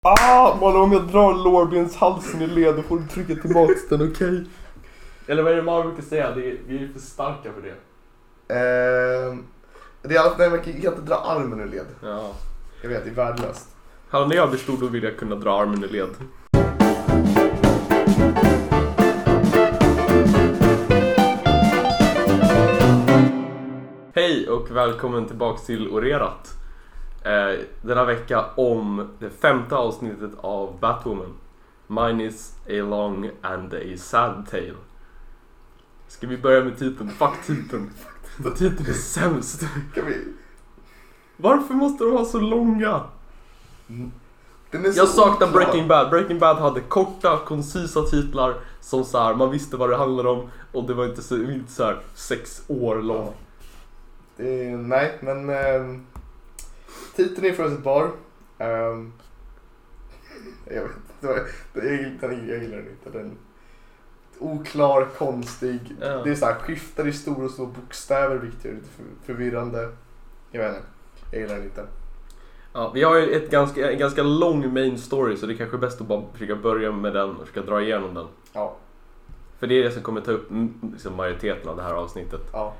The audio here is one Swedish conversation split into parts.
Men om jag drar lårbenshalsen i led då får du trycka tillbaka den, okej? Eller vad är det man brukar säga? Vi är för starka för det. Det är i alla fall, man kan inte dra armen ur led. Ja. Jag vet, det är värdelöst. När jag blir stor då vill jag kunna dra armen ur led. Hej och välkommen tillbaks till Orerat. Denna vecka om det 5:e avsnittet av Batwoman. Mine is a long and a sad tale. Ska vi börja med titeln? Fuck titeln. Titeln är sämst. Kan vi... Varför måste de vara så långa? Jag saknar Breaking Bad. Breaking Bad hade korta, koncisa titlar som så här, man visste vad det handlade om och det var inte så här 6 år lång. Nej, men titeln är förutsättbar. Jag vet inte, jag gillar den inte. Den oklar, konstig. Det är så här, skiftar i stora och små bokstäver, vilket är lite förvirrande. Jag vet inte, jag gillar den inte. Ja, vi har ju en ganska lång main story, så det är kanske är bäst att bara försöka börja med den och försöka dra igenom den. Ja. För det är det som kommer ta upp liksom majoriteten av det här avsnittet. Ja.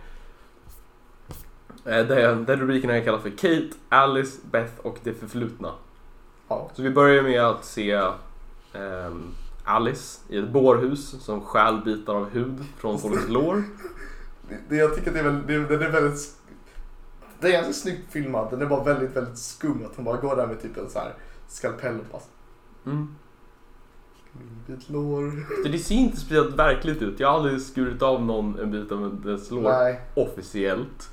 Den rubriken här kallas för Kate, Alice, Beth och det förflutna. Ja. Så vi börjar med att se Alice i ett bårhus som stjäl bitar av hud från folks lår. Jag tycker att det är väldigt... Det är ganska snyggt filmat. Den är bara väldigt, väldigt skum. Att hon bara går där med typ en så här skalpell och pass. Mm. Min bit lår. Det ser inte speciellt verkligt ut. Jag har aldrig skurit av någon en bit av dess lår. Nej. Officiellt.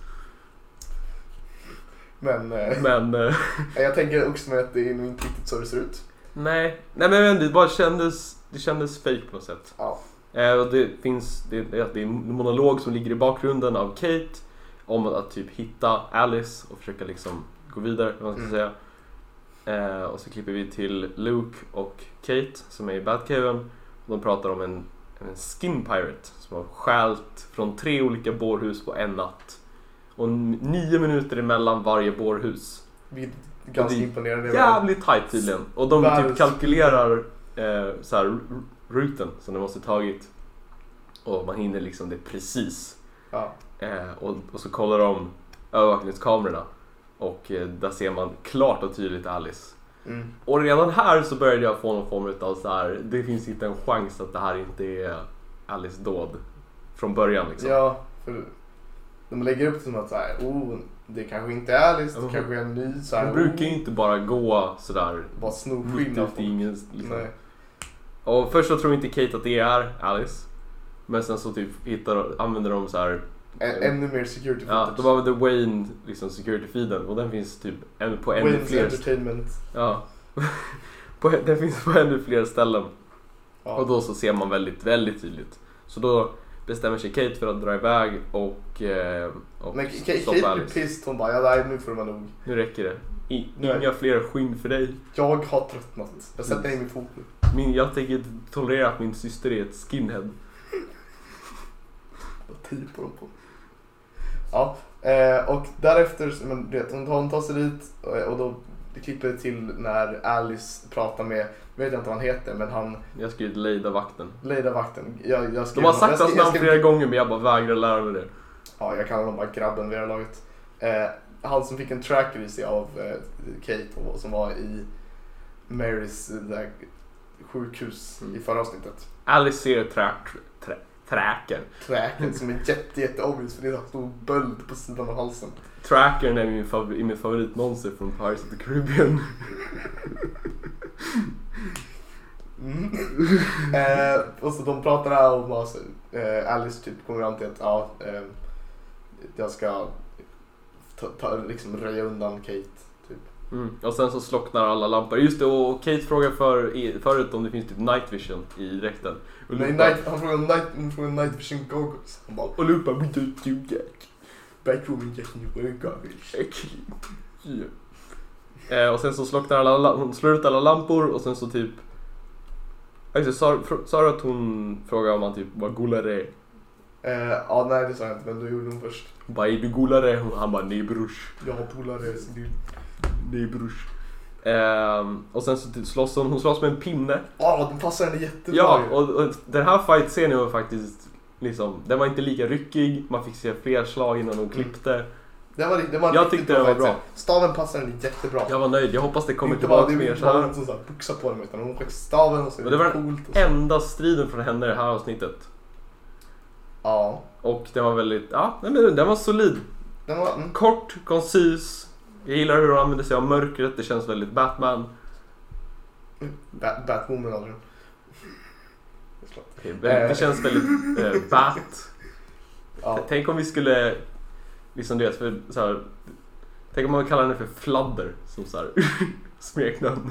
Men jag tänker också med att det är nog inte riktigt så det ser ut. Nej men det bara kändes fake på något sätt. Ja. Och det är en monolog som ligger i bakgrunden av Kate om att typ hitta Alice och försöka liksom gå vidare, vad man ska säga. Och så klipper vi till Luke och Kate som är i Batcaven. Och de pratar om en skin pirate som har stjält från 3 olika bårhus på en natt. Och 9 minuter emellan varje bårhus. Ganska imponerande. Jävligt tajt tydligen. Och de typ kalkylerar så här ruten som de måste tagit. Och man hinner liksom det precis. Ja. Och så kollar de övervakningskamerorna. Och där ser man klart och tydligt Alice. Mm. Och redan här så började jag få någon form av så här, det finns inte en chans att det här inte är Alice dåd från början liksom. Ja, för de lägger upp det som att så här, det kanske inte är Alice, det kanske är en ny så här. De brukar ju inte bara gå sådär bara sno skinn av ingen liksom. Nej. Och först så tror inte Kate att det är Alice. Men sen så typ använder de så här ännu mer security footage. Ja, de har The Wayne liksom security feeden och den finns typ på ännu Wayne's fler Entertainment. Ja. Den finns på ännu fler ställen. Ja. Och då så ser man väldigt, väldigt tydligt. Så då bestämmer sig Kate för att dra iväg och men Kate blir pissed. Hon bara, nej, nu får man nog. Nu räcker det. Inga fler skinn för dig. Jag har tröttnat. Jag sätter in min fot nu. Jag tänker inte tolerera att min syster är ett skinhead. Vad 10 på dem på. Ja, och därefter, men vet, hon tar sig dit och då klipper det till när Alice pratar med, vet jag inte vad han heter, men han... Jag skrivit Leida-vakten. Leida-vakten. De har sagt hans namn flera gånger, men jag bara vägrar lära mig det. Ja, jag kallar honom bara grabben vid det här laget. Han som fick en tracker i sig av Kate och som var i Marys där sjukhus i förra avsnittet. Alice ser Tracken som är jätte obvious för det är en stor böld på sidan av halsen. Trackern är min favoritmonster från Pirates of the Caribbean. Och så de pratar där om alltså, Alice typ kommer fram till att jag ska liksom röja undan Kate typ. Och sen så slocknar alla lampor. Just det, och Kate frågar förut om det finns typ night vision i dräkten. Han frågar night vision goggles. Han bara, och Luke bara, we don't do that. Batwoman just wear goggles. Och sen så slocknar hon slår ut alla lampor och sen så typ sa du att hon frågade om han typ var golare? Ja, nej det sa jag inte, men då gjorde hon först. Bara, är du golare? Han bara, nej brors. Jag har polare. Nej brors. Och sen så slåss hon slåss med en pinne. Den passar henne jättebra. Ja, och den här fight-scenen var faktiskt liksom, den var inte lika ryckig. Man fick se fler slag innan de klippte. Det var jag tyckte det var bra. Staven passade henne jättebra. Jag var nöjd, jag hoppas det kommer tillbaka mer så här. Det var inte så här buxa på dem, utan hon fick staven och så. Och det var den enda striden från henne i det här avsnittet. Ja. Och den var väldigt, den var solid. Den var kort, koncis. Jag gillar hur hon använder sig av mörkret, det känns väldigt Batman. Batwoman aldrig. Det känns väldigt Bat. Ja. Tänk om vi skulle liksom det för så här, tänk om man kallar henne för Fladder som så här smeknamn.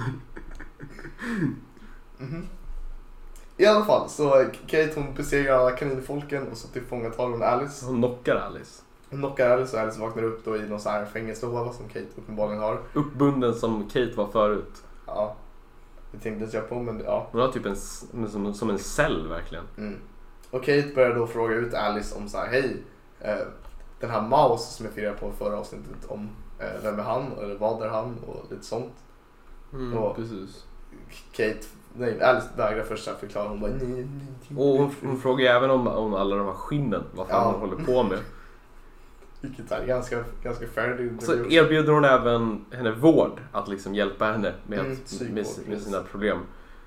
I alla fall så Kate hon besegrar alla kaninfolken och så tillfångatar hon Alice. Hon knockar Alice. Och Alice vaknar upp då i någon så här fängelsehåla som Kate uppenbarligen har. Uppbunden som Kate var förut. Ja. Det tänkte jag på, men ja. Hon har typ som en cell verkligen. Och Kate börjar då fråga ut Alice om så här, hej, den här Mouse som jag firade på förra avsnittet om vem är han eller vad är han och lite sånt. Och precis. Alice vägrar först att förklara. Hon bara nej. Och hon frågar ju även om alla de här skinnen, vad fan hon håller på med. Vilket är ganska färdigt. Så erbjuder hon även henne vård att liksom hjälpa henne med sina problem.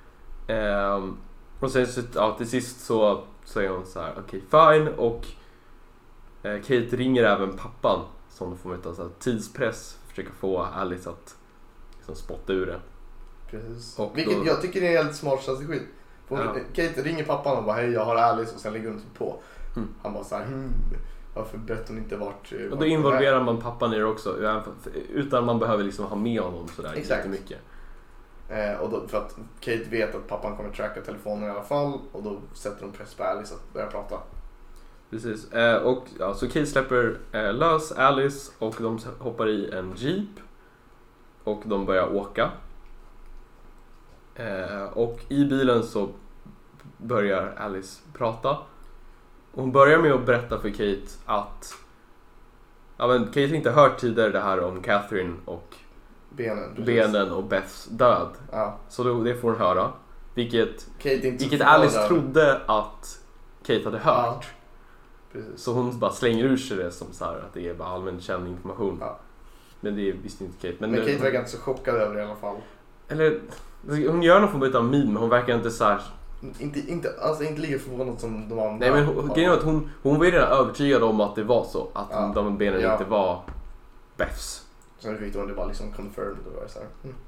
Och sen så, till sist så säger hon så här, okej, fine. Och Kate ringer även pappan som får möta så här tidspress, försöka få Alice att liksom spotta ur det. Precis. Vilket jag tycker är en helt smart strategi. Kate ringer pappan och bara, hej, jag har Alice, och sen lägger hon typ på. Han bara så här, varför berättar hon inte vart och då involverar man pappan i det också, utan man behöver liksom ha med honom sådär jättemycket. Och då, för att Kate vet att pappan kommer tracka telefonen i alla fall, och då sätter de press på Alice att börja prata. Precis. Och så Kate släpper lös Alice och de hoppar i en jeep och de börjar åka. Och i bilen så börjar Alice prata. Hon börjar med att berätta för Kate att Kate inte hört tidigare det här om Catherine och benen och Beths död. Så det får hon höra. Vilket Alice trodde att Kate hade hört. Så hon bara slänger ur sig det som så här, att det är bara allmän känd information. Men det visste inte Kate. Men Kate verkar inte så chockad över det i alla fall. Eller hon gör någon form av meme, men hon verkar inte så här. Inte ligger förvånad som de var. Nej, men hon var ju redan övertygad om att det var så, att de benen inte var Beths. Sen fick det bara liksom confirmed och var så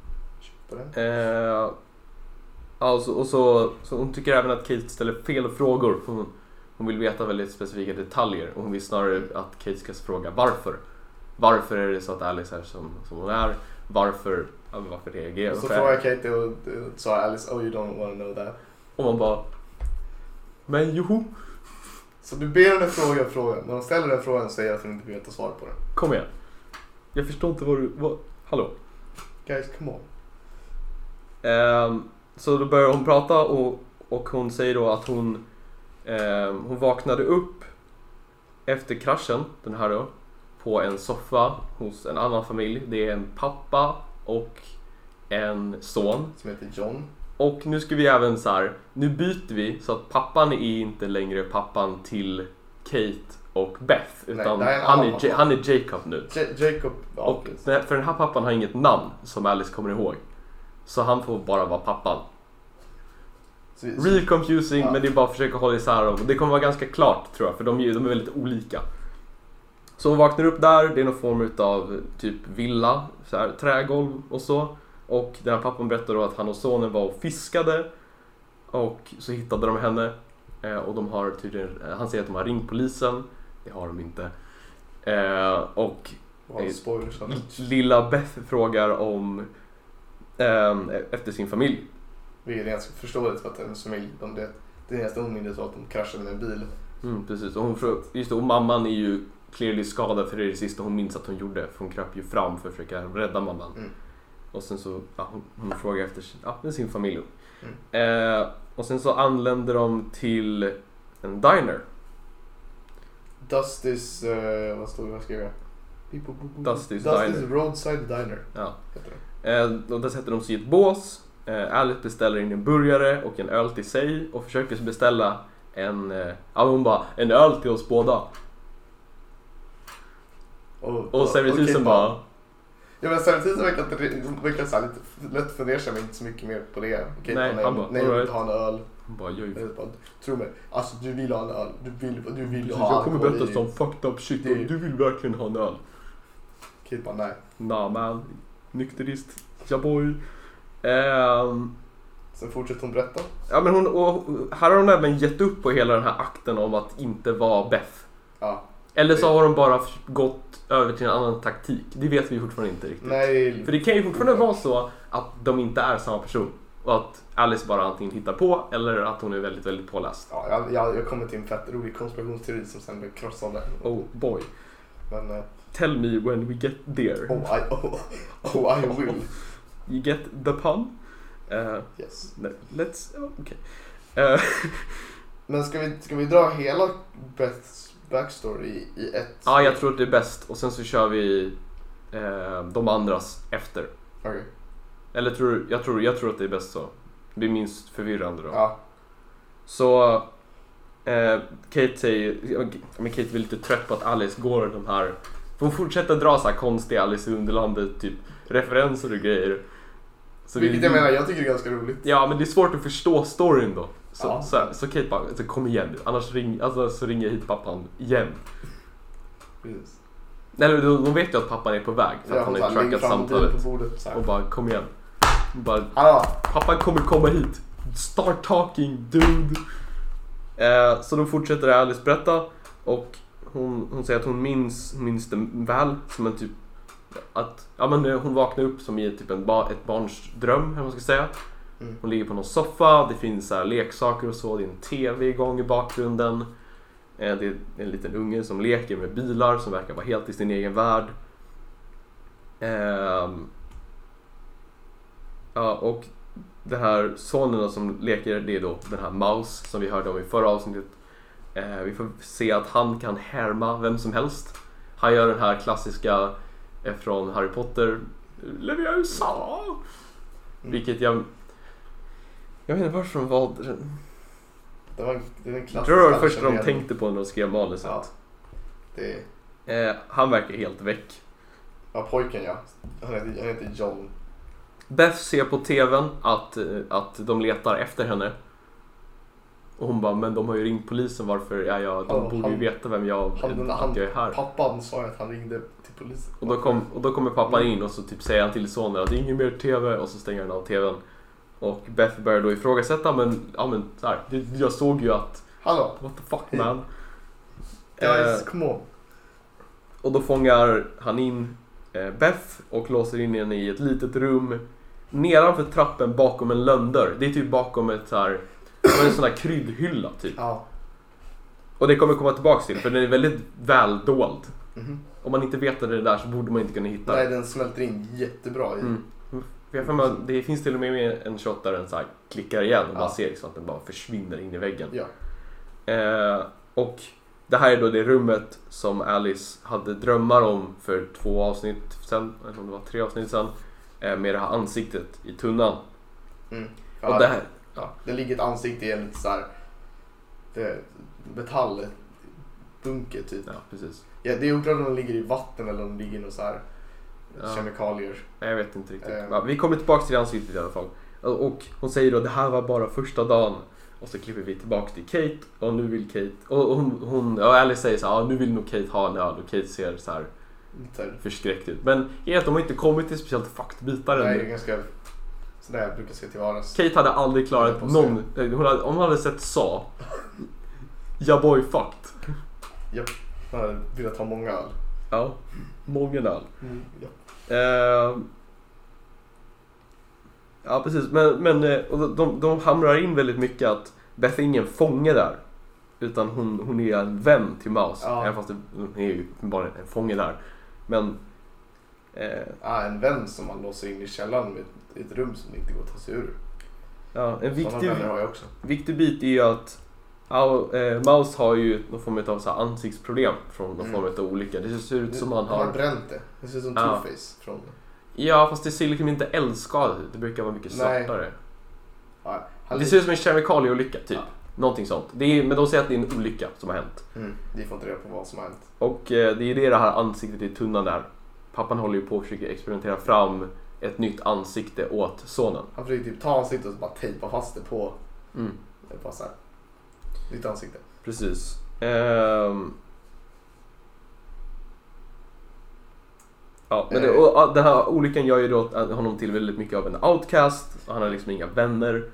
här. Så hon tycker även att Kate ställer fel frågor. Hon vill veta väldigt specifika detaljer, och hon vill snarare att Kate ska fråga varför. Varför är det så att Alice är som hon är? Varför reagerar? Och så frågar Kate och sa Alice, oh, you don't want to know that. Och man bara, men joho. Så du ber henne fråga. När hon ställer den frågan säger att hon inte vet att svara på den. Kom igen. Jag förstår inte hallå? Guys, come on. Så då börjar hon prata och hon säger då att hon vaknade upp efter kraschen, den här då, på en soffa hos en annan familj. Det är en pappa och en son som heter John. Och nu ska vi även så här, nu byter vi så att pappan är inte längre pappan till Kate och Beth, utan han är Jacob nu. Jacob, ja, och för den här pappan har inget namn som Alice kommer ihåg. Så han får bara vara pappan. Real confusing, men det är bara att försöka hålla isär dem. Det kommer vara ganska klart, tror jag, för de är väldigt olika. Så hon vaknar upp där, det är någon form av typ villa, så här, trägolv och så. Och den här pappan berättar då att han och sonen var och fiskade. Och så hittade de henne. Och de har tydligen, han säger att de har ringt polisen. Det har de inte. Och lilla Beth frågar om efter sin familj. Vilket är ganska förståeligt för att hennes familj, det är nästan omyndigt så att de kraschade med en bil. Precis, och mamman är ju clearly skadad, för det är det sista hon minns att hon gjorde. För hon kröp ju fram för att försöka rädda mamman. Och sen så hon frågar efter sin familj. Och sen så anländer de till en diner. Dusty's vad skrev jag? Dusty's Roadside Diner. Ja. Och där sätter de sig i ett bås. Alice beställer in en burgare och en öl till sig och försöker beställa hon bara, en öl till oss båda. Och servitrisen bara... Ja, men servitrisen verkar så här lite lätt funderar mig inte så mycket mer på det. Okej, nej, han bara, nej, jag vill inte ha en öl. Han bara, tro mig, alltså du vill ha en öl. Du vill ha jag kommer berätta som fucked up shit och du vill verkligen ha en öl. Okej, bara nej. Nah man, nykterist, jaboy. Sen fortsätter hon berätta. Ja, men här har hon även gett upp på hela den här akten om att inte vara Beth. Ja. Eller så har de bara gått över till en annan taktik. Det vet vi fortfarande inte riktigt. Nej. För det kan ju fortfarande vara så att de inte är samma person. Och att Alice bara antingen hittar på eller att hon är väldigt, väldigt påläst. Ja, jag kommer till en fett rolig konspirationsteori som sen blir krossad. Oh boy. Men, tell me when we get there. I will. You get the pun? Yes. Let's... Okay. Men ska vi dra hela Beths backstory i ett? Ja, jag tror att det är bäst. Och sen så kör vi de andras efter. Okay. Eller jag tror att det är bäst så. Det blir minst förvirrande då. Ja. Så Kate säger... Men Kate är lite trött på att Alice går de här... För hon fortsätter dra så här konstiga Alice i Underlandet typ referenser och grejer. Så vilket jag menar, jag tycker det är ganska roligt. Ja, men det är svårt att förstå storyn då. Så Kate bara, alltså, kom igen nu. Annars så ringer jag hit pappan igen. Precis. Eller de vet ju att pappan är på väg. För att han har trackat samtalet. Och bara, kom igen. Bara, pappan kommer komma hit. Start talking, dude. Så då fortsätter Alice berätta. Och hon säger att hon minns det väl. Som en typ att hon vaknar upp som i typ ett barns dröm, eller vad man ska säga. Hon ligger på någon soffa, det finns så här leksaker och så, det är en tv igång i bakgrunden. Det är en liten unge som leker med bilar som verkar vara helt i sin egen värld. Och det här sonen som leker, det är då den här Mouse som vi hörde om i förra avsnittet. Vi får se att han kan härma vem som helst. Han gör den här klassiska från Harry Potter, Leviosa. Vilket jag vet inte varför de valde den. Det är den klassiska. Det var det första de tänkte på när de skrev manuset. Ja, han verkar helt väck. Ja, pojken ja. Han heter John. Beth ser på tvn att de letar efter henne. Och hon bara, men de har ju ringt polisen, varför de borde ju veta vem jag är här. Pappan sa att han ringde till polisen. Och då kommer pappan in och så typ säger han till sonen att det är ingen mer tv, och så stänger han av tvn. Och Beth börjar då ifrågasätta, men så här, jag såg ju att... Hallå? What the fuck, man? Guys, come on. Och då fångar han in Beth och låser in henne i ett litet rum nedanför trappen bakom en löndör. Det är typ bakom en sån här kryddhylla typ. Ja. Och det kommer komma tillbaka till, för den är väldigt väl dold. Mm-hmm. Om man inte vet att det är där så borde man inte kunna hitta. Nej, den smälter in jättebra i. Det finns till och med en shot där den så här klickar igen och man ser liksom att den bara försvinner in i väggen. Ja. Och det här är då det rummet som Alice hade drömmar om för 2 avsnitt sen, eller om det var 3 avsnitt sen, med det här ansiktet i tunnan. Ja, och det här, det ligger ett ansikte i en lite så här metallbunke typ. Ja, precis. Ja, det är oklart om de ligger i vatten eller om de ligger i någon så här kemikalier. Jag vet inte riktigt. Vi kommer tillbaka till det ansiktet i alla fall. Och hon säger då, det här var bara första dagen. Och så klipper vi tillbaka till Kate. Och nu vill Kate... Och Alice säger så här, nu vill nog Kate ha en öl. Och Kate ser så här förskräckt ut. Men de har inte kommit till speciellt faktbitar ännu. Nej, det är ganska... Sådär jag brukar se till vardags. Kate hade aldrig klarat någon... Om hon hade sett så... Ja boy, fucked. Japp, hon hade velat ha många öl. Ja, många öl. Ja, precis. Men de hamrar in väldigt mycket att Beth är ingen fånge där. Utan hon är en vän till Mouse. Även fast hon är ju bara en fånge där. Men... en vän som man låser in i källaren med ett rum som inte går att ta sig ur. Ja, en också. viktig bit är ju att Mouse har ju någon form av så här ansiktsproblem från någon form av olika. Det ser ut som han har bränt det. Det ser ut som Two-Face från... Ja, fast det ser liksom inte eldskadat ut. Det brukar vara mycket svartare. Ja, det ser ut som en kemikalieolycka typ. Ja. Någonting sånt. Men de säger att det är en olycka som har hänt. Vi får inte reda på vad som har hänt. Och det är det här ansiktet i tunnan där. Pappan håller ju på att försöka experimentera fram ett nytt ansikte åt sonen. Han försöker typ ta ansiktet och bara tejpa fast det på. Det passar. Nytt ansikte. Precis. Ja, men den här olyckan gör ju då honom till väldigt mycket av en outcast. Och han har liksom inga vänner.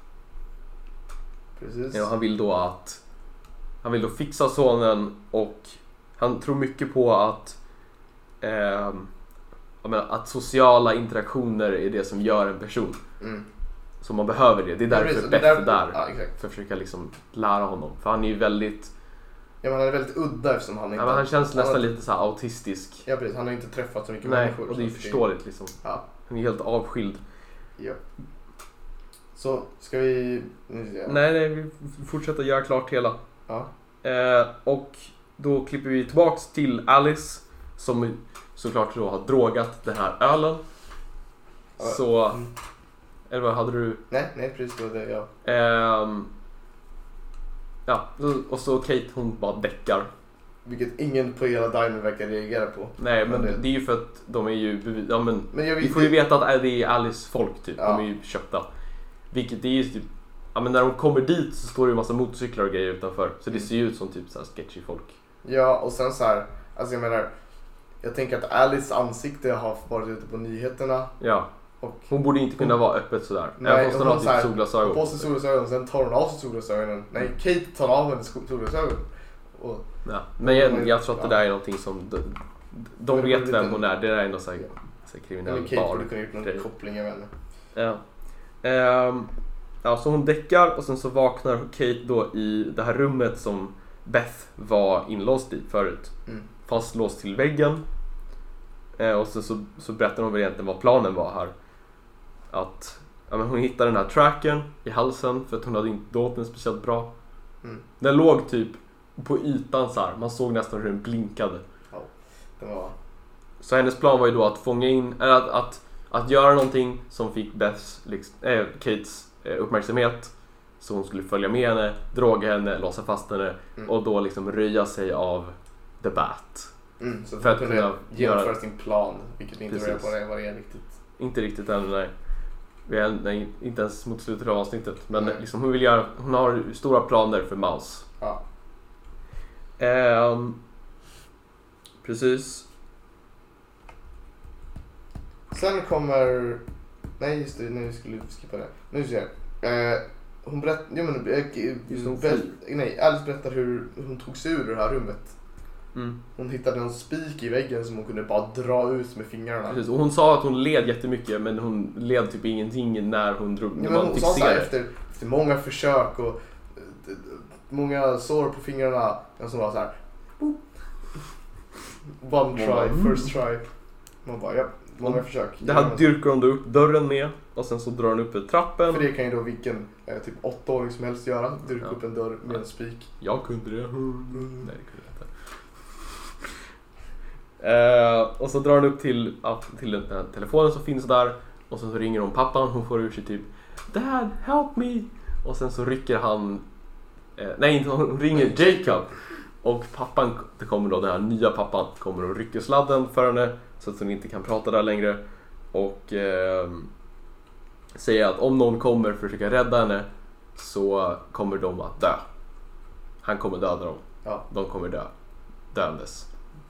Precis. Ja, han vill då fixa sonen, och han tror mycket på att sociala interaktioner är det som gör en person. Så man behöver det. Det är därför Beth är där. Ja, exakt. För att försöka liksom lära honom. För han är ju väldigt... Ja, men han är väldigt udda eftersom han inte... Ja, men han känns nästan lite så här autistisk. Ja, precis. Han har inte träffat så mycket människor. Och det är ju förståeligt liksom. Ja. Han är helt avskild. Ja. Så, ska vi... Nej, vi fortsätter göra klart hela. Ja. Och då klipper vi tillbaks till Alice, som såklart då har drogat den här ölen. Så... Eller vad hade du? Nej, precis det, ja. Ja, och så Kate, hon bara däckar. Vilket ingen på hela Diner verkar reagera på. Nej, men det är ju för att de är ju... Ja, men vi får ju veta att det är Alice folk typ. Ja. De är ju köpta. Vilket det är ju typ... Ja, men när de kommer dit så står det ju en massa motorcyklar och grejer utanför. Så det ser ju ut som typ så här sketchy folk. Ja, och sen så här... Alltså jag menar... Jag tänker att Alice ansikte har varit ute på nyheterna. Ja. Och hon borde inte kunna vara öppet sådär. Nej, hon har typ solglasögon. Hon på sig solglasögon, sen tar hon av sig solglasögonen. Nej, Kate tar av hennes solglasögon. Ja, men jag tror att det där är någonting som... De vet vem hon är. Det där är någon sån här kriminell bar. Kate borde kunna gjort någon koppling av henne. Ja. Ja, så hon däckar och sen så vaknar Kate då i det här rummet som Beth var inlåst i förut. Fastlåst till väggen. Och så berättar hon väl egentligen vad planen var här. Att men hon hittade den här trackern i halsen för att hon hade inte dolt den speciellt bra. Den låg typ på ytan så här. Man såg nästan hur den blinkade. Ja, det var... Så hennes plan var ju då att fånga in, att göra någonting som fick Kates uppmärksamhet. Så hon skulle följa med henne, droga henne, låsa fast henne och då liksom röja sig av The Bat. Så för att kunna genomföra sin plan, vilket vi inte rör på vad det är riktigt. Inte riktigt än, nej. Vi är inte ens mot slutet av avsnittet. Men liksom hon har stora planer för Mouse. Ja. Precis. Sen kommer... Nej, just det, nu skulle vi skippa det. Nu ser jag. Hon berättar... Ja, Alice berättar hur hon tog sig ur det här rummet. Hon hittade en spik i väggen som hon kunde bara dra ut med fingrarna. Precis, och hon sa att hon led jättemycket, men hon led typ ingenting när hon drog. Ja, men hon sa så här, efter många försök och många sår på fingrarna, som var så här. One try, first try. Man bara, många försök. Det här dyrkar hon då upp dörren med, och sen så drar hon upp trappen. För det kan ju då vilken typ 8-åring som helst göra, dyrka upp en dörr med en spik. Jag kunde det. Nej, det kunde jag inte. Och så drar hon upp till den telefonen som finns där. Och så ringer hon pappan. Hon får ur sig typ Dad, help me. Och sen så rycker han hon ringer Jacob. Och pappan, det kommer då den här nya pappan, kommer och rycker sladden för henne så att hon inte kan prata där längre. Och säger att om någon kommer för att försöka rädda henne så kommer de att dö. Han kommer döda dem. Ja. De kommer döda.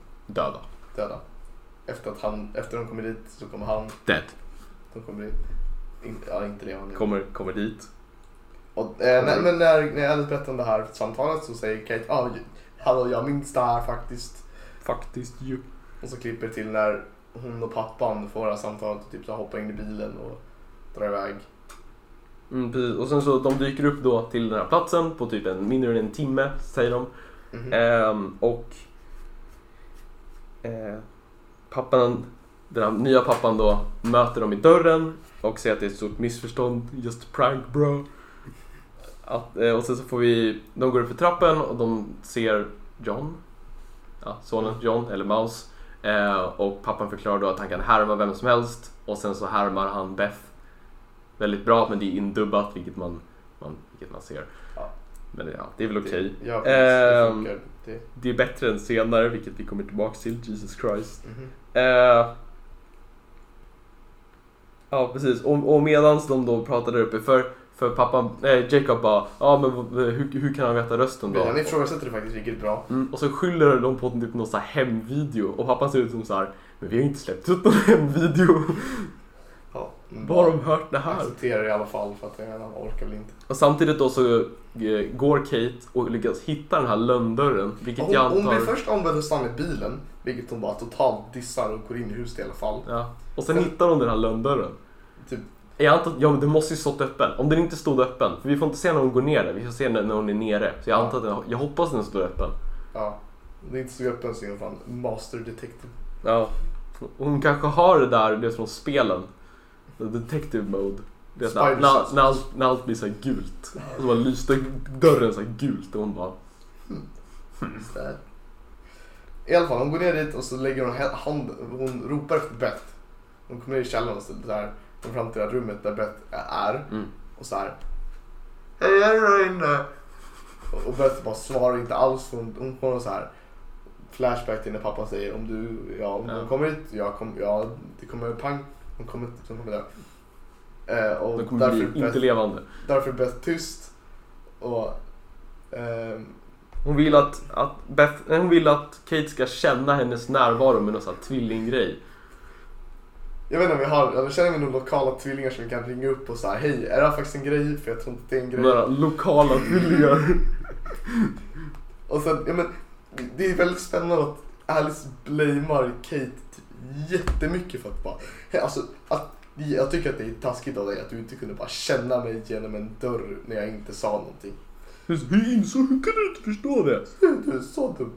Efter de kommer dit så kommer han dead. De kommer dit. Inte det han kommer dit. Och men när Alice berättar om det här samtalet så säger Kate, hallå, jag minns det här faktiskt ju. Och så klipper till när hon och pappan får det här samtalet och typ så hoppar in i bilen och drar iväg. Och sen så de dyker upp då till den här platsen på typ mindre än en timme, säger de. Pappan, den här nya pappan då, möter dem i dörren och säger att det är ett stort missförstånd, just prank bro. Och sen så får de går upp för trappen och de ser John, sonen John eller Mouse, Och pappan förklarar då att han kan härma vem som helst. Och sen så härmar han Beth väldigt bra, men det är indubbat, vilket man ser. Ja. Men ja, det är väl okej. Ja, det är bättre än senare, vilket vi kommer tillbaka till. Jesus Christ. Ja, precis. Och medans de då pratade där uppe för pappan, Jacob bara, men hur kan han veta rösten då? Han ifrågasätter det faktiskt riktigt bra. Och så skyller de på typ någon så här hemvideo. Och pappan ser ut som så här, men vi har inte släppt ut någon hemvideo. Ja, var har de hört det här? Accepterar i alla fall, för att han orkar väl inte. Och samtidigt då så går Kate och lyckas hitta den här lönndörren, vilket hon blir först ombedd att stanna i bilen, vilket hon bara totalt dissar och går in i huset i alla fall. Ja. Och sen hittar hon den här lönndörren. Typ. Jag antar att men den måste ju stått öppen. Om den inte stod öppen, för vi får inte se när hon går ner där, vi får se när hon är nere. Så jag antar att jag hoppas att den står öppen. Ja, det är inte så öppen så är fan master detective. Ja, hon kanske har det där, det från spelen, detective mode. Det när allt blir så här gult. Och så bara lyste dörren så här gult och hon bara I alla fall, hon går ner dit och så lägger hon handen, hon ropar efter Beth. Hon kommer ner i källaren och så där, kommer fram till det rummet där Beth är. Och så här: hej, jag är där inne. Och Beth bara svarar inte alls. Hon får så här flashback till när pappa säger om du kommer hit, det kommer pang, hon kommer där. Och de kommer bli inte levande. Därför är Beth tyst. Och hon vill att Kate ska känna hennes närvaro med någon sån här tvillinggrej. Jag vet inte om jag känner några lokala tvillingar som vi kan ringa upp och säga: hej, är det här faktiskt en grej? För jag tror inte det är en grej. Några lokala tvillingar. Och sen, det är väldigt spännande att Alice blamear Kate typ jättemycket för att bara, alltså, jag tycker att det är taskigt av dig att du inte kunde bara känna mig genom en dörr när jag inte sa någonting. Hur kan du inte förstå det? Du är så dum.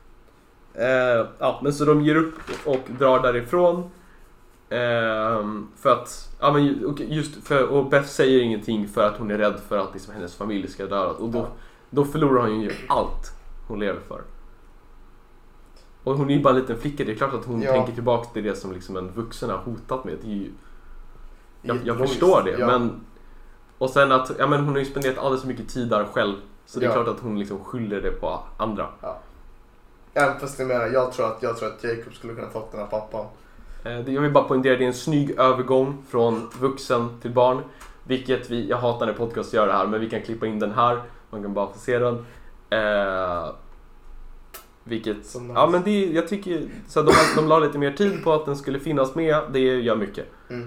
Men så de ger upp och drar därifrån. För att och Beth säger ingenting för att hon är rädd för att liksom hennes familj ska dö. Och då förlorar hon ju allt hon lever för. Och hon är ju bara en liten flicka. Det är klart att hon tänker tillbaka till det som liksom en vuxen har hotat med. Det är ju, jag förstår det, men och sen att hon har ju spenderat alldeles så mycket tid där själv. Så det är klart att hon liksom skyller det på andra. Ja, fast jag tror att Jacob skulle kunna fått den här pappan. Jag vill bara poängtera att det är en snygg övergång från vuxen till barn. Vilket jag hatar när podcast gör det här, men vi kan klippa in den här. Man kan bara få se den. Vilket, nice. Men det, jag tycker så de la lite mer tid på att den skulle finnas med. Det gör mycket.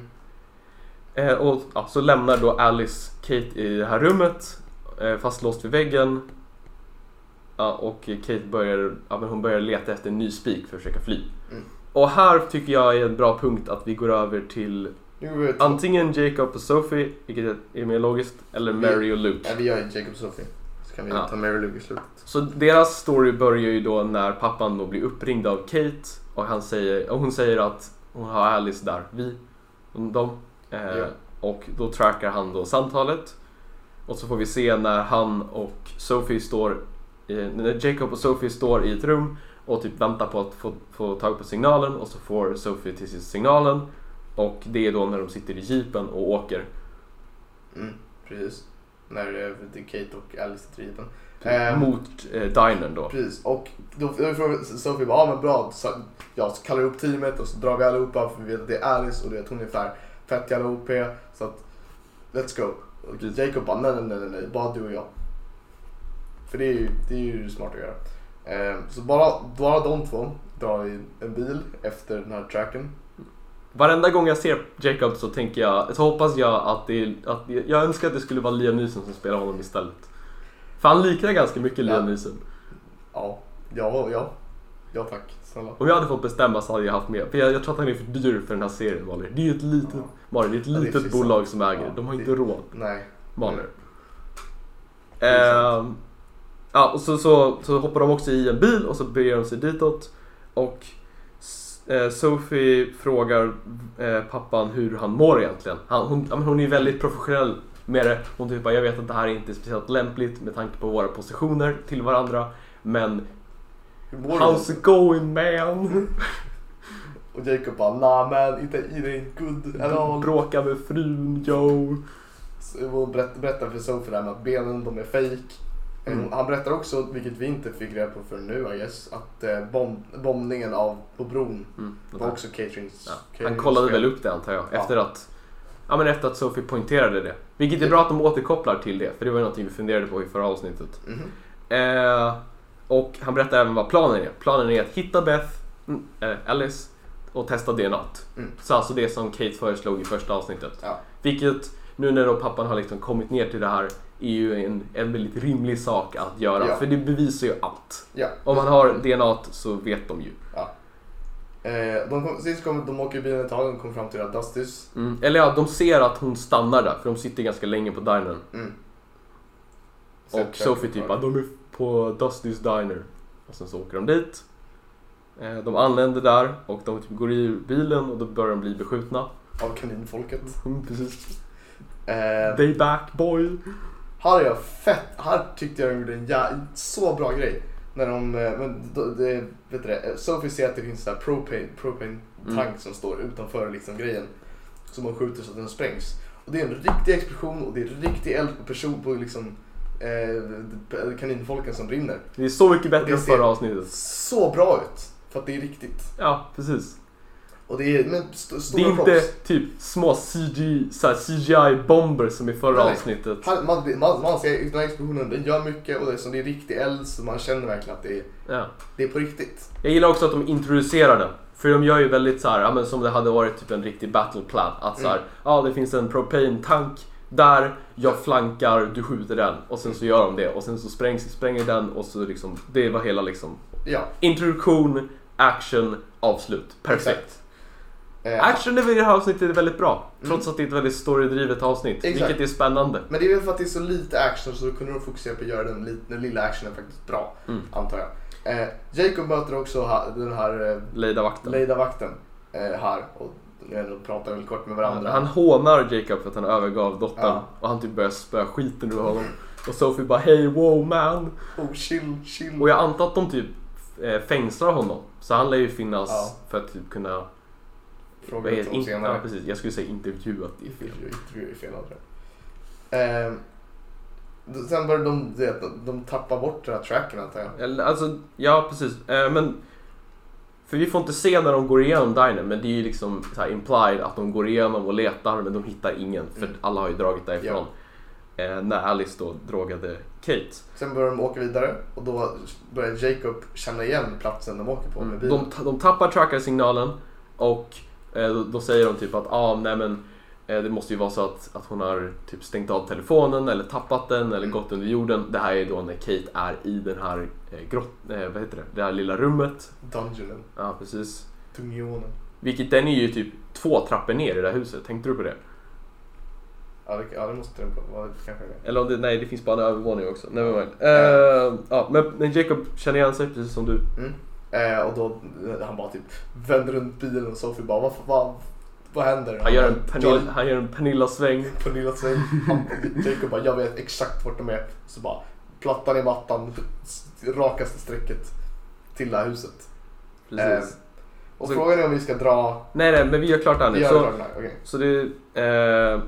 Så lämnar då Alice Kate i det här rummet, fastlåst vid väggen. Och Kate börjar leta efter en ny spik för att försöka fly. Och här tycker jag är en bra punkt att vi går över till antingen Jacob och Sophie, vilket är mer logiskt, eller Mary och Luke. Ja, vi gör Jacob och Sophie. Så kan vi ta Mary och Luke i slutet. Så deras story börjar ju då när pappan då blir uppringd av Kate och hon säger att hon har Alice där och då trackar han då samtalet. Och så får vi se när han och Sophie när Jacob och Sophie står i ett rum och typ väntar på att få tag på signalen, och så får Sophie till sig signalen, och det är då när de sitter i jeepen och åker. Precis. När Kate och Alice sitter i jeepen. Mot dinern då. Precis, och då frågar Sophie bara, men bra, så jag kallar upp teamet och så drar vi allihopa, för vi vet att det är Alice och det är att hon är fett jävla OP, så att let's go. Och Jacob bara, nej, bara du och jag. För det är ju smart att göra. Så bara de två drar i en bil efter den här tracken. Varenda gång jag ser Jacob så hoppas jag att jag önskar att det skulle vara Liam Neeson som spelar honom istället. För han liknar ganska mycket Liam Neeson. Ja tack, snälla. Om jag hade fått bestämma så hade jag haft med. För jag tror att han är för dyr för den här serien, Mahler. Det är ju ett litet bolag som äger. De har inte råd. Nej, Mahler. Och så hoppar de också i en bil och så beger de sig ditåt. Och Sophie frågar pappan hur han mår egentligen. Hon är väldigt professionell med det. Hon typ bara, jag vet att det här är inte speciellt lämpligt med tanke på våra positioner till varandra, men how's it going, man? Och Jacob bara, nah man, it ain't good at all. Bråka med frun, yo. Och berättar för Sophie där med att benen, de är fake. Han berättar också, vilket vi inte fick reda på för nu, I guess, att bombningen på bron var också Caterings. Ja. Han kollade väl upp det, antar jag, efter att Sophie poängterade det. Vilket är bra att de återkopplar till det, för det var ju någonting vi funderade på i förra avsnittet. Och han berättar även vad planen är. Planen är att hitta Beth, Alice, och testa DNA-t. Så alltså det som Kate föreslog i första avsnittet. Ja. Vilket, nu när då pappan har liksom kommit ner till det här, är ju en väldigt rimlig sak att göra. Ja. För det bevisar ju allt. Ja. Om man har DNA-t så vet de ju. Ja. De åker i bilen ett tag och kommer fram till Dustys. Eller ja, de ser att hon stannar där, för de sitter ganska länge på dinern. Och Sophie typ de är på Dustys diner. Och sen så åker de dit. De anländer där och de typ går i bilen och då börjar de bli beskjutna. Av kaninfolket. Precis. They back boy. Här tyckte jag de gjorde en så bra grej. När Sophie ser att det finns en propane tank som står utanför liksom grejen. Som man skjuter så att den sprängs. Och det är en riktig explosion och det är en riktig eld på person på liksom kaninfolken som brinner. Det är så mycket bättre än förra avsnittet. Så bra ut. För att det är riktigt. Ja, precis. Och det är, det är inte typ små CGI-bomber som i förra avsnittet. Man ser den här explosionen, den gör mycket och det är riktig eld, så man känner verkligen att det är på riktigt. Jag gillar också att de introducerar den. För de gör ju väldigt så här, men som det hade varit typ en riktig battle plan. Att så här, det finns en propane-tank där, jag flankar, du skjuter den. Och sen så gör de det. Och sen så spränger den och så liksom, det var hela liksom introduktion, action, avslut. Perfekt. Action i det här avsnittet är väldigt bra. Trots att det är ett väldigt storydrivet avsnitt. Vilket är spännande. Men det är väl för att det är så lite action, så då kunde de fokusera på att göra den lilla actionen faktiskt bra, antar jag. Jacob möter också den här Leida-vakten här. Och de pratar väl kort med varandra. Han hånar Jacob för att han övergav dottern. Och han typ börjar spöa skiten ur honom. Och Sophie bara, hey wow man. Chill. Och jag antar att de typ fängslar honom. Så han lär ju finnas för att typ kunna fråga ut honom senare. Ja, precis. Jag skulle säga intervjuat. Intervju är fel, tror jag. Sen börjar de tappa bort den här tracken, antar jag. Alltså, ja precis. Men för vi får inte se när de går igenom diner, men det är ju liksom så här implied att de går igenom och letar, men de hittar ingen, för alla har ju dragit därifrån. När Alice då drogade Kate. Sen börjar de åka vidare och då börjar Jacob känna igen platsen de åker på med bilen. De tappar trackersignalen och då säger de typ att det måste ju vara så att hon har typ stängt av telefonen eller tappat den eller gått under jorden. Det här är då när Kate är i den här det här lilla rummet. Dungeonen. Ja, precis. Dungeonen. Vilket den är ju typ 2 trappor ner i det här huset. Tänkte du på det? Ja, det måste den vara kanske det. Eller om det finns bara en övervåning också. Nevermind. Men Jacob känner igen sig precis som du. Och då han bara typ vänder runt bilen och Sophie bara vad händer? Han gör en Pernilla-sväng. Jacob bara, jag vet exakt vart de är. Så bara plattan i mattan, rakaste strecket till det här huset. Precis. Och så frågan är om vi ska dra. Nej, men vi gör klart det här nu. Så det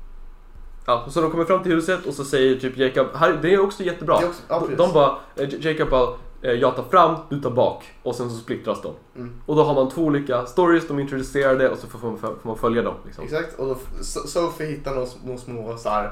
så de kommer fram till huset och så säger typ Jacob, det är också jättebra. De bara, Jacob bara, jag tar fram, du tar bak. Och sen så splittras de. Och då har man 2 olika stories, de introducerade och så får man följa dem liksom. Exakt, och då Sophie hittar någon små så här,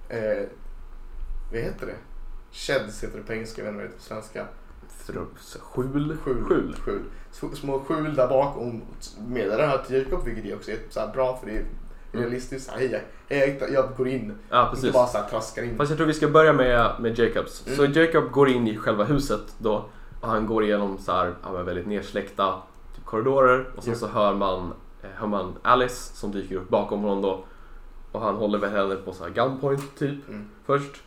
vad heter det? Sheds heter det på engelska, jag vet inte vad det på svenska. Skjul. Små skjul där bak, och meddelar det här till Jacob, vilket är också så här bra, för det är realistiskt. Jag går in. Ja, precis. Inte bara så här traskar in. Fast jag tror vi ska börja med Jacobs. Så Jacob går in i själva huset då, och han går igenom så här väldigt nedsläckta typ korridorer, och sen så hör man Alice som dyker upp bakom honom då, och han håller väl henne på så här gunpoint typ först.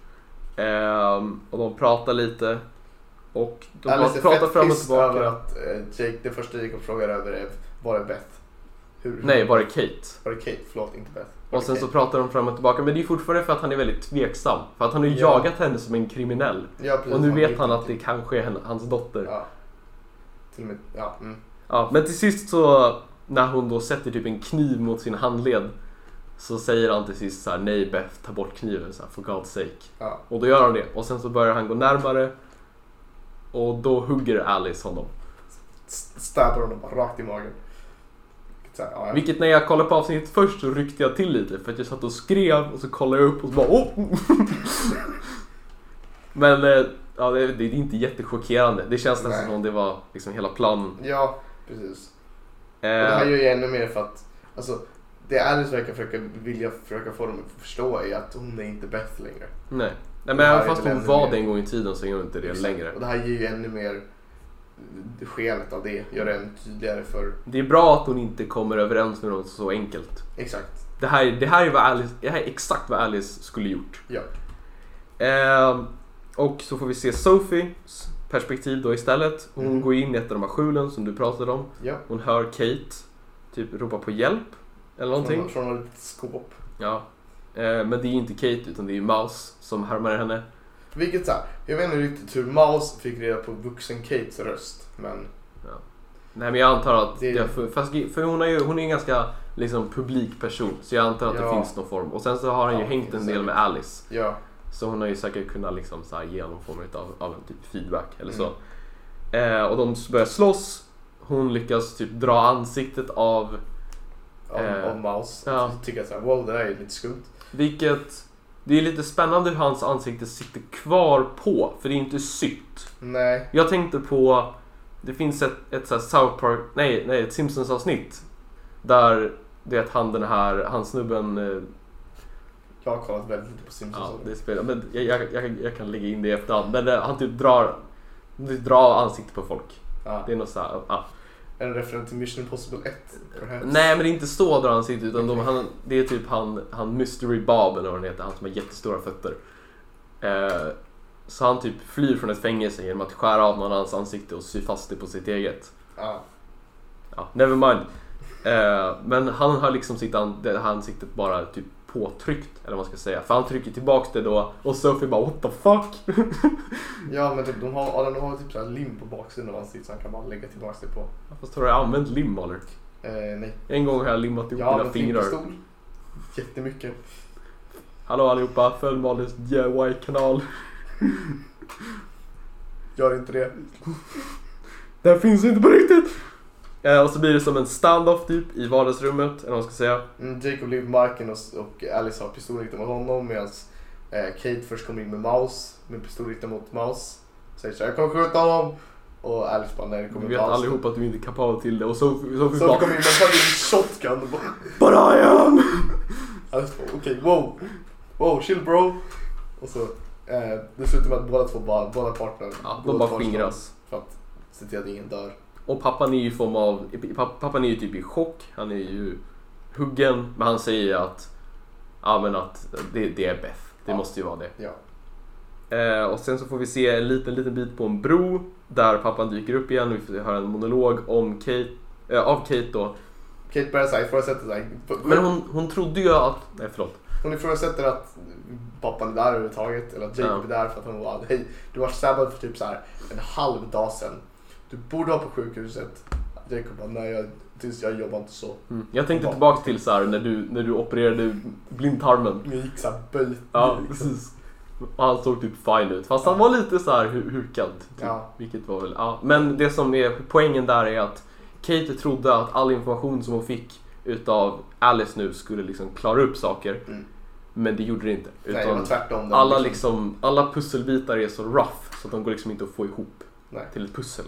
Och de pratar lite och de Alice pratar fram och tillbaka över att det första Jacob frågar över är, var det Beth? Nej, var det Kate? Var det Kate? Förlåt, inte Beth. Och sen så pratar de fram och tillbaka, men det är fortfarande för att han är väldigt tveksam. För att han har jagat henne som en kriminell. Ja, precis, och nu vet han att det kanske är hans dotter. Ja. Till och med, Ja, men till sist så när hon då sätter typ en kniv mot sin handled, så säger han till sist så här: nej Beth, ta bort kniven, så här, for God's sake. Ja. Och då gör han det. Och sen så börjar han gå närmare. Och då hugger Alice honom. Stabbar honom bara rakt i magen. Så här, ja. Vilket när jag kollade på avsnittet först så ryckte jag till lite. För att jag satt och skrev och så kollade jag upp och så bara Men ja, det är inte jättechockerande. Det känns nästan som om det var liksom hela planen. Ja, precis. Och det här gör ju ännu mer för att alltså, det Alice verkar vilja få dem att förstå är att hon är inte Beth längre. Nej men även fast hon var det en gång i tiden så är hon inte det längre. Och det här ger ju ännu mer skenet av det, gör det ännu tydligare för... Det är bra att hon inte kommer överens med något så enkelt. Exakt. Det här är exakt vad Alice skulle gjort. Ja. Och så får vi se Sophies perspektiv då istället. Hon går in i ett av de här skjulen som du pratade om. Ja. Hon hör Kate typ ropa på hjälp eller någonting. Från ett skåp. Ja. Men det är inte Kate utan det är Mouse som härmar henne. Vilket så här, jag vet inte riktigt hur Mouse fick reda på vuxen Kates röst, men... Ja. Nej, men jag antar att för hon är en ganska liksom publik person, så jag antar att det finns någon form. Och sen så har han ju hängt en del med Alice. Ja. Så hon har ju säkert kunnat liksom så här ge någon form av en typ feedback eller så. Och de börjar slåss. Hon lyckas typ dra ansiktet av Mouse. Ja. Tycker att wow, det där är lite skumt. Vilket det är lite spännande hur hans ansikte sitter kvar på, för det är inte sytt. Nej. Jag tänkte på, det finns ett så här South Park, nej ett Simpsons avsnitt där det är att han snubben. Jag har kollat väldigt lite på Simpsons. Ja, det spelar, men jag kan lägga in det i efterhand. Men han typ drar ansiktet på folk. Ja. Det är något så här, En referens till Mission Impossible 1. Perhaps. Nej, men det är inte så drar ansiktet, utan det är typ han Mystery Bob eller vad han heter, han som har jättestora fötter. Så han typ flyr från ett fängelse genom att skära av någon annans ansikte och sy fast det på sitt eget. Ja, never mind. Men han har liksom det här ansiktet bara typ påtryckt, eller vad man ska säga. För han trycker tillbaks det då och Sophie bara, what the fuck? Ja, men typ, de har typ så här lim på baksidan av ansiktet så han kan bara lägga tillbaks det på. Fast har du använt lim, eller? Nej. En gång har jag limmat ihop mina fingrar. Jättemycket. Hallå allihopa, följ Malins DIY-kanal. Gör inte det. Det här finns inte på riktigt. Och så blir det som en standoff typ i vardagsrummet, eller vad man ska säga. Jacob ligger på marken och Alice har pistol riktad mot honom, medan Kate först kommer in med Mouse, med pistol riktad mot Mouse. Säger så här, jag kommer skjuta honom. Och Alice bara, nej det kommer inte. Vi vet allihopa att du inte är kapabel till det. Och så kommer in med en shotgun och bara, but I am! Alice bara, okej, wow, chill bro. Och så det slutar med att båda parterna de bara skingras. För att se till att ingen dör. Och pappan är ju pappan är ju typ i chock. Han är ju huggen, men han säger att det är Beth. Det måste ju vara det. Ja. Och sen så får vi se en liten bit på en bro där pappan dyker upp igen. Vi får höra en monolog om av Kate då. Kate börjar ifrågasätta sig. Men hon trodde ju att... Nej, förlåt. Hon ifrågasätter att pappan är där överhuvudtaget, eller att Jacob är där för att hon var, hej, du var stabbad för typ så här en halv dag sedan. Du borde vara på sjukhuset. Jacob bara, nej, jag jobbar inte så. Jag tänkte tillbaka till så här när du opererade blindtarmen. Jag gick så här böjt. Ja, precis. Och han såg typ fine ut. Fast han var lite så här hukad. Typ. Ja. Vilket var väl... Ja. Men det som är poängen där är att Kate trodde att all information som hon fick utav Alice nu skulle liksom klara upp saker. Men det gjorde det inte. Utan nej, det var tvärtom. Alla pusselbitar är så rough så att de går liksom inte att få ihop till ett pussel.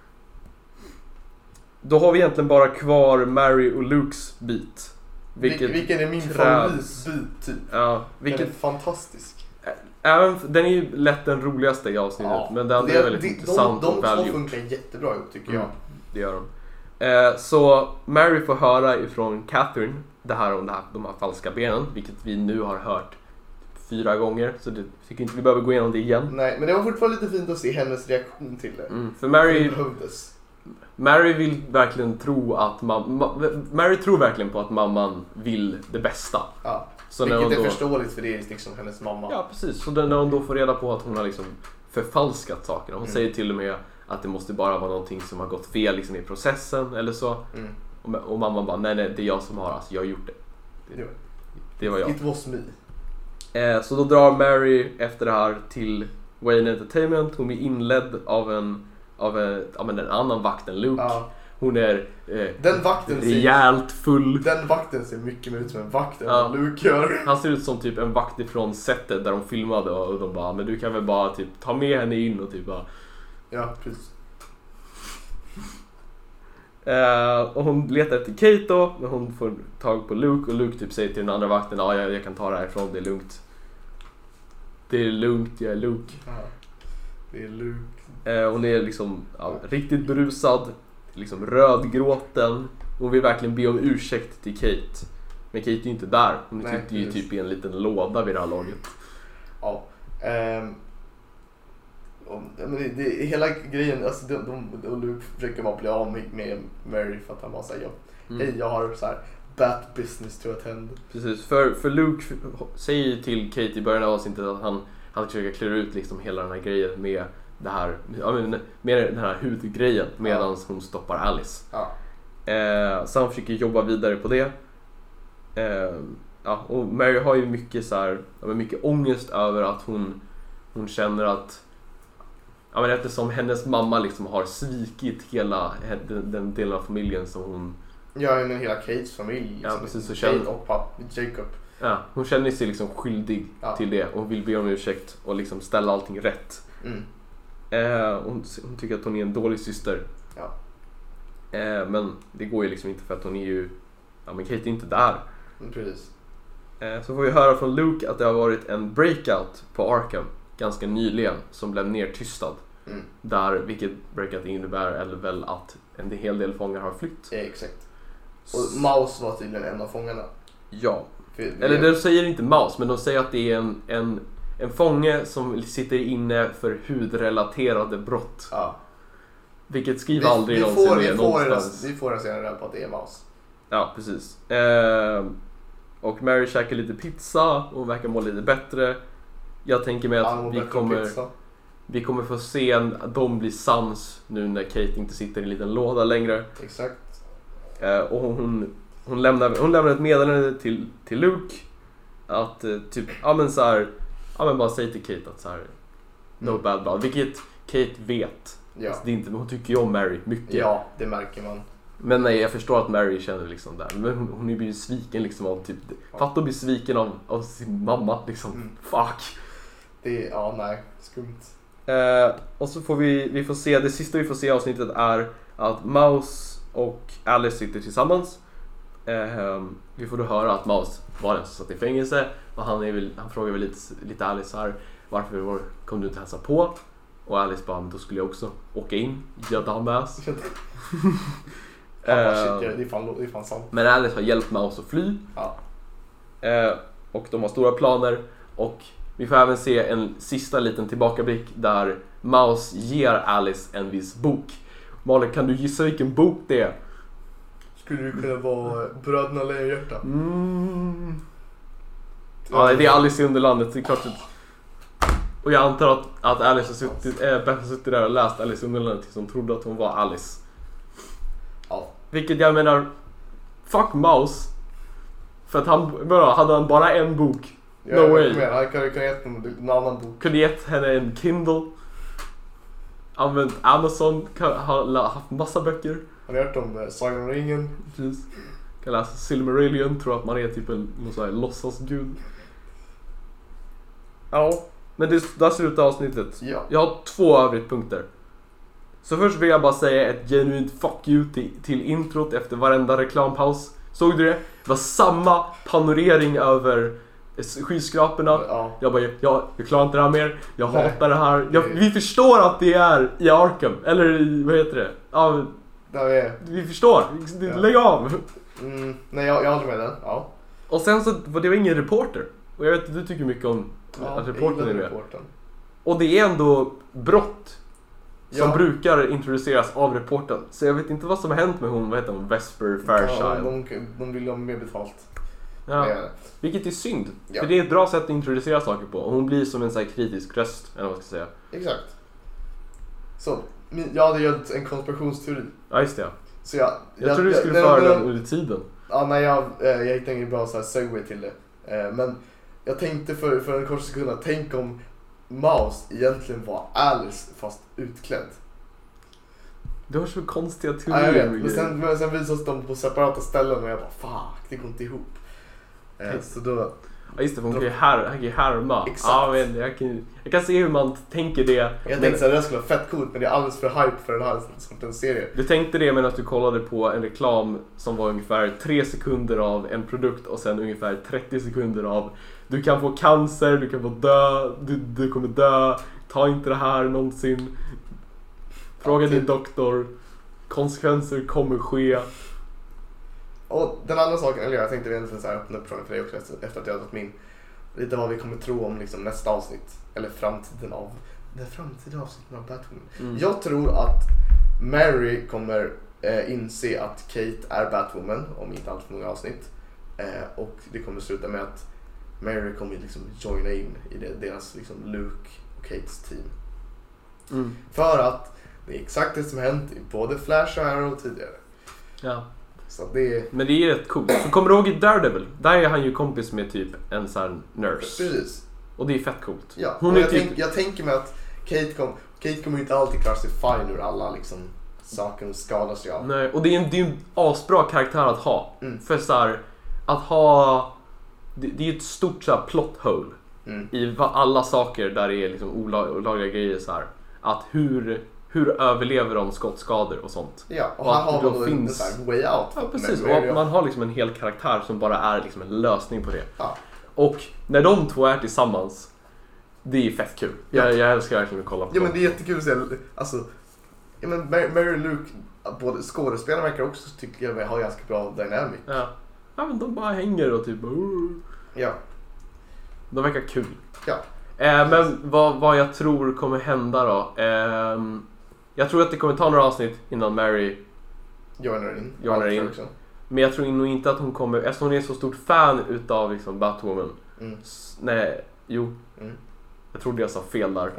Då har vi egentligen bara kvar Mary och Lukes bit. Vilken är min favoritbit typ. Ja, den är fantastisk. Den är ju lätt den roligaste i avsnittet, men den är väldigt intressant och välgjort. De två funkar jättebra ihop tycker jag. Det gör de. Så Mary får höra ifrån Catherine det här om de här falska benen, vilket vi nu har hört 4 gånger, så det tycker inte vi behöver gå igenom det igen. Nej, men det var fortfarande lite fint att se hennes reaktion till det. För Mary vill verkligen tro att Mary tror verkligen på att mamman vill det bästa. Ja. Så vilket är förståeligt för det är liksom hennes mamma. Ja, precis. Så när hon då får reda på att hon har liksom förfalskat sakerna. Hon säger till och med att det måste bara vara någonting som har gått fel liksom i processen eller så. Och mamma bara, nej det är jag som har, alltså jag har gjort det. Det var jag. It was me. Så då drar Mary efter det här till Wayne Entertainment. Hon är inledd av en annan vakt än Luke. Ja. Hon är den vakten rejält full. Den vakten ser mycket mer ut som en vakt än vad Luke gör. Han ser ut som typ en vakt ifrån setet där de filmade. Och de bara, men du kan väl bara typ ta med henne in och typ bara... Ja, precis. Och hon letar efter Kate då, men hon får tag på Luke. Och Luke typ säger till den andra vakten, jag kan ta det härifrån, det är lugnt. Det är lugnt, jag är Luke. Ja, det är Luke. Hon är liksom riktigt berusad, liksom rödgråten. Hon vill verkligen be om ursäkt till Kate. Men Kate är ju inte där. Hon sitter ju typ i en liten låda vid det här laget. Ja. Men det hela grejen, alltså de Luke försöker bara bli av med Mary för att han bara säger hej, jag har så här bad business to attend. Precis, för Luke säger till Kate i början av avsnittet att han försöker klura ut liksom hela den här grejen med det här, med den här hudgrejen medan hon stoppar Alice. Så han försöker jobba vidare på det. Och Mary har ju mycket så här, mycket ångest över att hon känner att eftersom hennes mamma liksom har svikit hela den delen av familjen som hon... Ja, men hela Kates familj. Liksom. Ja, precis. Så Kate och Jacob. Ja, hon känner sig liksom skyldig till det och vill be om ursäkt och liksom ställa allting rätt. Hon tycker att hon är en dålig syster. Ja. Men det går ju liksom inte för att hon är ju... men Kate är inte där. Precis. Så får vi höra från Luke att det har varit en breakout på Arkham ganska nyligen som blev nertystad. Där, vilket breakout innebär eller väl att en hel del fångar har flytt. Exakt. Och Mouse var tydligen en av fångarna. Ja. Eller de säger inte Mouse, men de säger att det är en fånge som sitter inne för hudrelaterade brott. Ja. Vilket skriver aldrig någonsin någonstans. Vi får en senare på att det är Mouse. Ja, precis. Och Mary käkar lite pizza och verkar må lite bättre. Jag tänker mig att vi kommer få se de bli sams nu när Kate inte sitter i en liten låda längre. Exakt. Och hon lämnar ett meddelande till Luke att typ bara säg till Kate att så här no bad blood, vilket Kate vet. Ja. Alltså, det är inte, hon tycker ju om Mary mycket. Ja, det märker man. Men nej, jag förstår att Mary känner liksom där. Men hon är ju sviken liksom av typ... Fatt att bli sviken av sin mamma liksom. Fuck. Det är, nej, skumt. Och så får vi får se, det sista vi får se i avsnittet är att Mouse och Alice sitter tillsammans. Vi får då höra att Mouse var den som satt i fängelse. Och han frågar väl lite Alice här, varför kom du inte hälsa på? Och Alice bara, då skulle jag också åka in. Ja, dumbass. Det är fan sant. Men Alice har hjälpt Mouse att fly. Ja. Och de har stora planer. Och vi får även se en sista liten tillbakablick där Mouse ger Alice en viss bok. Malin, kan du gissa vilken bok det är? Skulle det kunna vara Bröderna Lejonhjärta? Ja, det är Alice i Underlandet. Det är klart att... Och jag antar att Alice har suttit där och läst Alice i Underlandet tills hon trodde att hon var Alice. Ja. Vilket jag menar, fuck Mouse. För att hade han bara en bok. No way. Han kunde gett en annan bok. Kunde gett henne en Kindle. Använt Amazon. Har haft massa böcker. Han har hört om Sagan om ringen. Precis. Kan läsa Silmarillion. Tror att man är typ någon sån här låtsasgud. Ja. Men där slutar avsnittet. Ja. Jag har 2 övrigt punkter. Så först vill jag bara säga ett genuint fuck you till introt efter varenda reklampaus. Såg du det? Det var samma panorering över skyskraporna. Ja. Jag bara, jag klarar inte det här mer. Jag hatar det här. Vi förstår att det är i Arkham. Eller vad heter det? Ja, vi förstår. Lägg av. Nej, jag håller med den. Ja. Och sen så var det ingen reporter. Och jag vet att du tycker mycket om att reportern är med. Och det är ändå brott som brukar introduceras av reportern. Så jag vet inte vad som har hänt med hon, vad heter hon? Vesper Fairchild. De vill ha mer betalt. Ja. Vilket är synd. Ja. För det är ett bra sätt att introducera saker på. Och hon blir som en så här kritisk röst, eller vad jag ska säga. Exakt. Så, jag hade gjort en konspirationsteori. Ja, just det. Så jag tror du skulle föra den under tiden. Ja, nej, jag hittade ingen bra så här segway till det. Men jag tänkte för en kort sekund, tänk om Mouse egentligen var Alice fast utklädd. Du har så konstiga teorier. Men sen visas de på separata ställen och jag bara, fuck, det går inte ihop. Så då... Ja just det, för hon kan ju härma. Exakt. Ja, men jag kan se hur man tänker det. Jag tänkte att det skulle vara fett coolt, men det är alldeles för hype för den här sortens serie. Du tänkte det, men att du kollade på en reklam som var ungefär 3 sekunder av en produkt och sen ungefär 30 sekunder av du kan få cancer, du kan få dö, du kommer dö, ta inte det här någonsin. Fråga din doktor, konsekvenser kommer ske. Och den andra saken, eller jag tänkte egentligen så här öppna upp frågan för dig också efter att jag har tagit min lite vad vi kommer tro om liksom nästa avsnitt eller framtida avsnitten av Batwoman. Jag tror att Mary kommer inse att Kate är Batwoman om inte allt för många avsnitt, och det kommer sluta med att Mary kommer liksom joina in i deras liksom Luke och Kates team. För att det är exakt det som hänt i både Flash och Arrow tidigare. Ja. Så men det är rätt coolt. Så kommer du ihåg i Daredevil? Där är han ju kompis med typ en sån här nurse. Precis. Och det är fett coolt. Ja, och jag tänker mig att Kate kommer inte alltid klara sig fine ur alla liksom saker hon skadar sig av. Nej, och det är en asbra karaktär att ha. För så här, att ha... Det är ett stort så här plot hole i alla saker där det är liksom olagliga grejer så här. Att hur överlever de skottskador och sånt. Ja, och han har då en så här way out. Ja, precis. Och man har liksom en hel karaktär som bara är liksom en lösning på det. Ja. Och när de två är tillsammans, det är fett kul. Jag älskar verkligen att kolla på det. Ja, men det är jättekul att se. Alltså, ja, men Mary och Luke, både skådespelarna verkar också, tycker jag, har ganska bra dynamic. Ja, men de bara hänger och typ... Ja. De verkar kul. Ja. Men vad jag tror kommer hända då? Jag tror att det kommer ta några avsnitt innan Mary joinar in. Men jag tror nog inte att hon kommer, eftersom hon är så stort fan utav liksom Batwoman. Jag trodde jag sa fel där.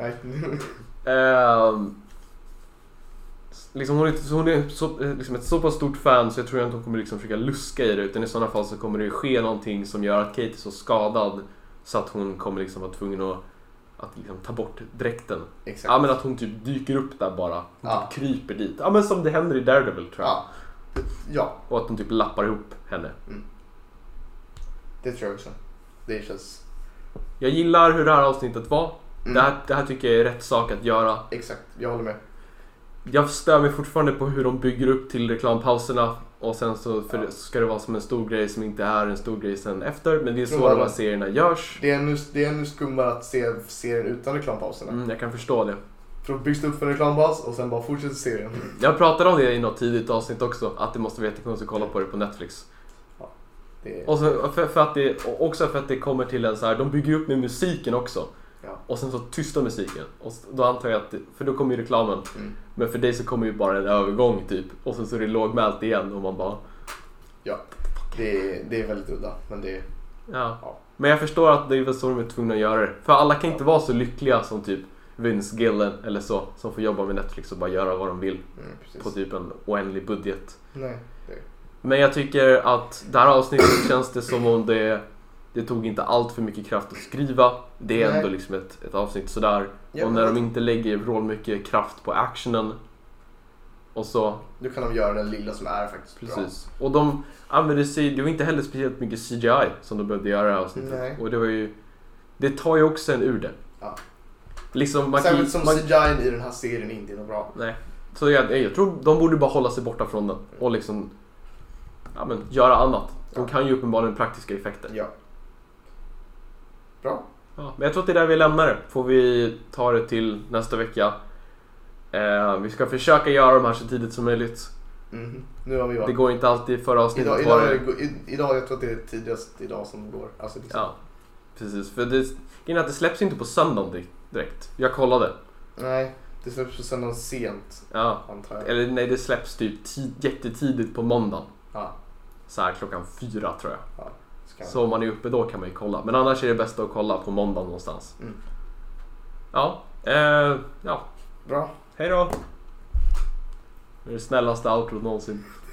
Liksom hon är så, liksom ett så pass stort fan, så jag tror inte att hon kommer liksom försöka luska i det, utan i sådana fall så kommer det ske någonting som gör att Kate är så skadad så att hon kommer liksom vara tvungen att liksom ta bort dräkten. Exakt. Ja, men att hon typ dyker upp där bara. Hon typ kryper dit. Ja, men som det händer i Daredevil, tror jag. Ja. Och att hon typ lappar ihop henne. Det tror jag också. Det känns... Jag gillar hur det här avsnittet var. Det här tycker jag är rätt sak att göra. Exakt, jag håller med. Jag stör mig fortfarande på hur de bygger upp till reklampauserna. Och sen så ska det vara som en stor grej som inte är en stor grej sen efter. Men det är så de här serierna görs. Det är ännu skummare att se serien utan reklampauserna. Jag kan förstå det. För att byggs upp för en reklampaus och sen bara fortsätter serien. Jag pratade om det i något tidigt avsnitt också. Att det måste vara jättekonstigt att kolla på det på Netflix. Ja, och så för att det kommer till en så här, de bygger upp med musiken också. Ja. Och sen så tysta musiken. Och då antar jag att, för då kommer ju reklamen. Men för dig så kommer ju bara en övergång typ. Och sen så är det lågmält igen och man bara... Ja, det är väldigt udda. Men det... Ja. Men jag förstår att det är väl så de är tvungna att göra det. För alla kan inte vara så lyckliga som typ Vince Gillen eller så. Som får jobba med Netflix och bara göra vad de vill. På typ en oändlig budget. Nej. Men jag tycker att det här avsnittet känns det som om det tog inte allt för mycket kraft att skriva. Det är ändå liksom ett avsnitt sådär. Ja, och när de inte lägger råd mycket kraft på actionen och så. Då kan de göra den lilla som är faktiskt bra. Precis. Och de använder sig, det var inte heller speciellt mycket CGI som de behövde göra i avsnittet. Nej. Och det var ju, det tar ju också en ur det. Ja. Liksom särskilt som CGI i den här serien inte är något bra. Nej. Så jag tror de borde bara hålla sig borta från den och liksom göra annat. De kan ju uppenbarligen praktiska effekter. Ja. Bra. Ja, men jag tror att det är där vi lämnar det. Får vi ta det till nästa vecka. Vi ska försöka göra de här så tidigt som möjligt. Nu har vi det går inte alltid förra avsnittet. Idag jag tror att det är tidigast idag som det går. Alltså liksom. Ja, precis. För det släpps inte på söndagen direkt. Jag kollade. Nej, det släpps på söndagen sent. Ja, antar jag. Eller nej, det släpps typ jättetidigt på måndagen. Ja. Så här 4:00 tror jag. Ja. Så om man är uppe då kan man ju kolla. Men annars är det bäst att kolla på måndag någonstans. Ja. Bra. Hej då. Det är det snällaste outrot någonsin.